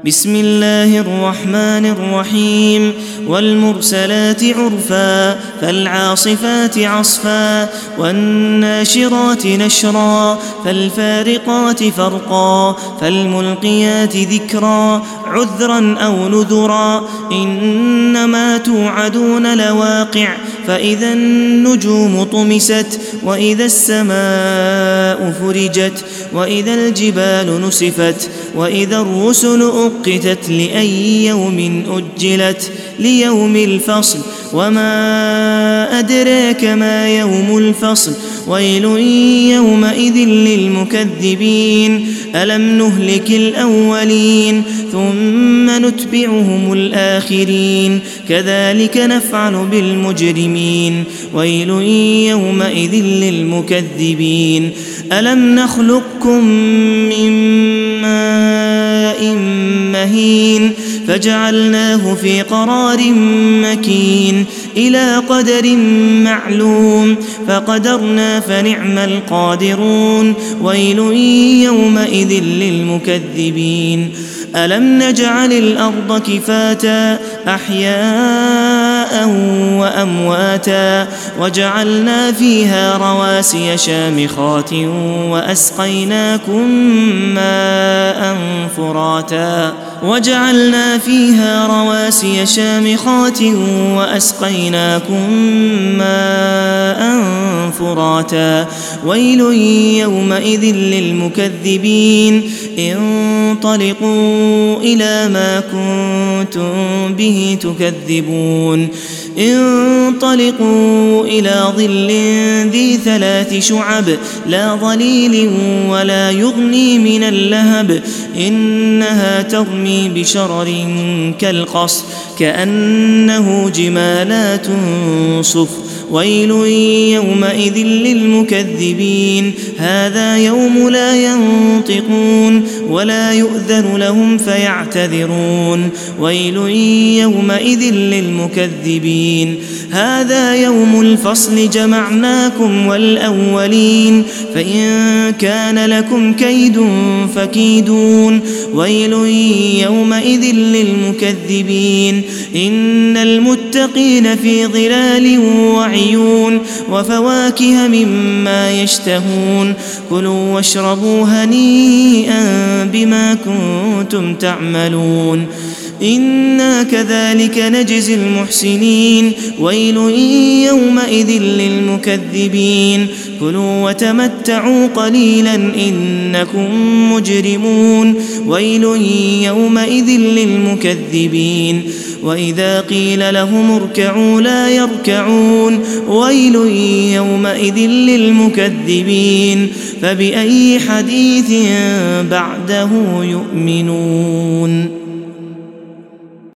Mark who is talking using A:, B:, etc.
A: بسم الله الرحمن الرحيم والمرسلات عرفا فالعاصفات عصفا والناشرات نشرا فالفارقات فرقا فالملقيات ذكرا عذرا أو نذرا إنما توعدون لواقع فإذا النجوم طمست وإذا السماء فرجت وإذا الجبال نسفت وإذا الرسل أقتت لأي يوم أجلت ليوم الفصل وما أدراك ما يوم الفصل ويل يومئذ للمكذبين ألم نهلك الأولين ثم نتبعهم الآخرين كذلك نفعل بالمجرمين ويل يومئذ للمكذبين ألم نخلقكم من ماء مهين فجعلناه في قرار مكين إلى قدر معلوم فقدرنا فنعم القادرون ويل يومئذ للمكذبين ألم نجعل الأرض كفاتا أحياء وأمواتا وجعلنا فيها رواسي شامخات وأسقيناكم ماء فراتا وجعلنا فيها رواسي شامخات وأسقيناكم ماء فراتا ويل يومئذ للمكذبين انطلقوا إلى ما كنتم به تكذبون انطلقوا إلى ظل ذي 3 شعب لا ظليل ولا يغني من اللهب إنها ترمي بشرر كالقصر كأنه جمالات صفر ويل يومئذ للمكذبين هذا يوم لا ينطقون ولا يؤذن لهم فيعتذرون ويل يومئذ للمكذبين هذا يوم الفصل جمعناكم والأولين فإن كان لكم كيد فكيدون ويل يومئذ للمكذبين إن المتقين في ظلال وعيون وفواكه مما يشتهون كلوا واشربوا هنيئا بما كنتم تعملون إنا كذلك نجزي المحسنين ويل يومئذ للمكذبين كلوا وتمتعوا قليلا إنكم مجرمون ويل يومئذ للمكذبين وإذا قيل لهم اركعوا لا يركعون ويل يومئذ للمكذبين فبأي حديث بعده يؤمنون.